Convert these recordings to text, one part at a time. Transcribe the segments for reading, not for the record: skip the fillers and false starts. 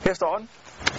Her står den.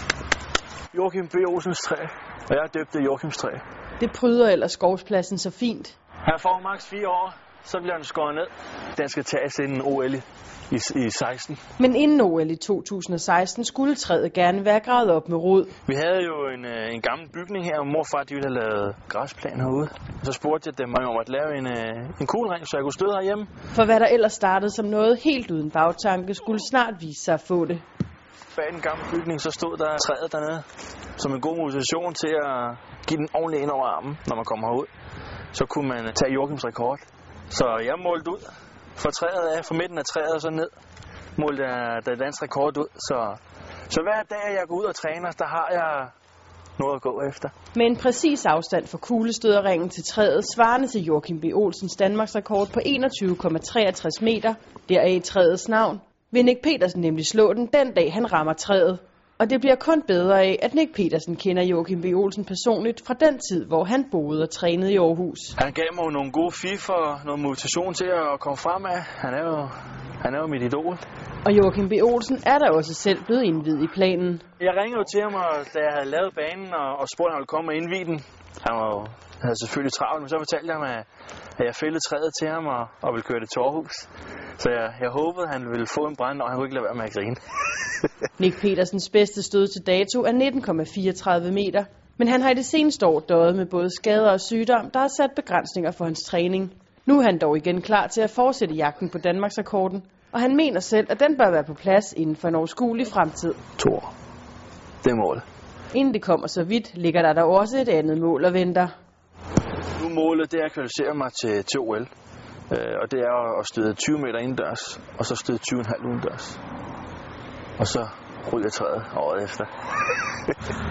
Joachim B. Olsens træ. Og jeg har døbt det Joachims træ. Det pryder ellers skovspladsen så fint. Han får maks 4 år, så bliver den skåret ned. Den skal tages inden OL i 16. Men inden OL i 2016 skulle træet gerne være gravet op med rod. Vi havde jo en gammel bygning her, og morfar de ville have lavet græsplan herude. Så spurgte jeg dem om at lave en kuglering, så jeg kunne støde herhjemme. For hvad der ellers startede som noget helt uden bagtanke, skulle snart vise sig at få det. Bag den gamle bygning, så stod der træet dernede, som en god motivation til at give den ordentligt ind over armen, når man kommer herud. Så kunne man tage Joachims rekord. Så jeg målte ud fra midten af træet og så ned, målte jeg dansk rekord ud. Så hver dag, jeg går ud og træner, der har jeg noget at gå efter. Med en præcis afstand fra kuglestøderringen til træet, svarende til Joachim B. Olsens Danmarksrekord på 21,63 meter, deraf træets navn, vil Nick Petersen nemlig slå den dag, han rammer træet. Og det bliver kun bedre af, at Nick Petersen kender Joachim B. Olsen personligt fra den tid, hvor han boede og trænede i Aarhus. Han gav mig nogle gode fif og noget motivation til at komme frem af. Han er jo mit idol. Og Joachim B. Olsen er der også selv blevet indviet i planen. Jeg ringede jo til ham, da jeg havde lavet banen og spurgte, om han ville komme og indvide den. Han havde selvfølgelig travlt, men så fortalte jeg ham, at jeg fældede træet til ham og ville køre det til Aarhus. Så jeg håbede, at han ville få en brand, og han kunne ikke lade være med at grine. Nick Petersens bedste stød til dato er 19,34 meter, men han har i det seneste år døjet med både skader og sygdom, der har sat begrænsninger for hans træning. Nu er han dog igen klar til at fortsætte jagten på Danmarksrekorden, og han mener selv, at den bør være på plads inden for en overskuelig fremtid. 2 år. Det er målet. Inden det kommer så vidt, ligger der også et andet mål og venter. Nu målet det er at kvalificere mig til OL, og det er at støde 20 meter indendørs, og så støde 20,5 udendørs. Og så ryger træet året efter.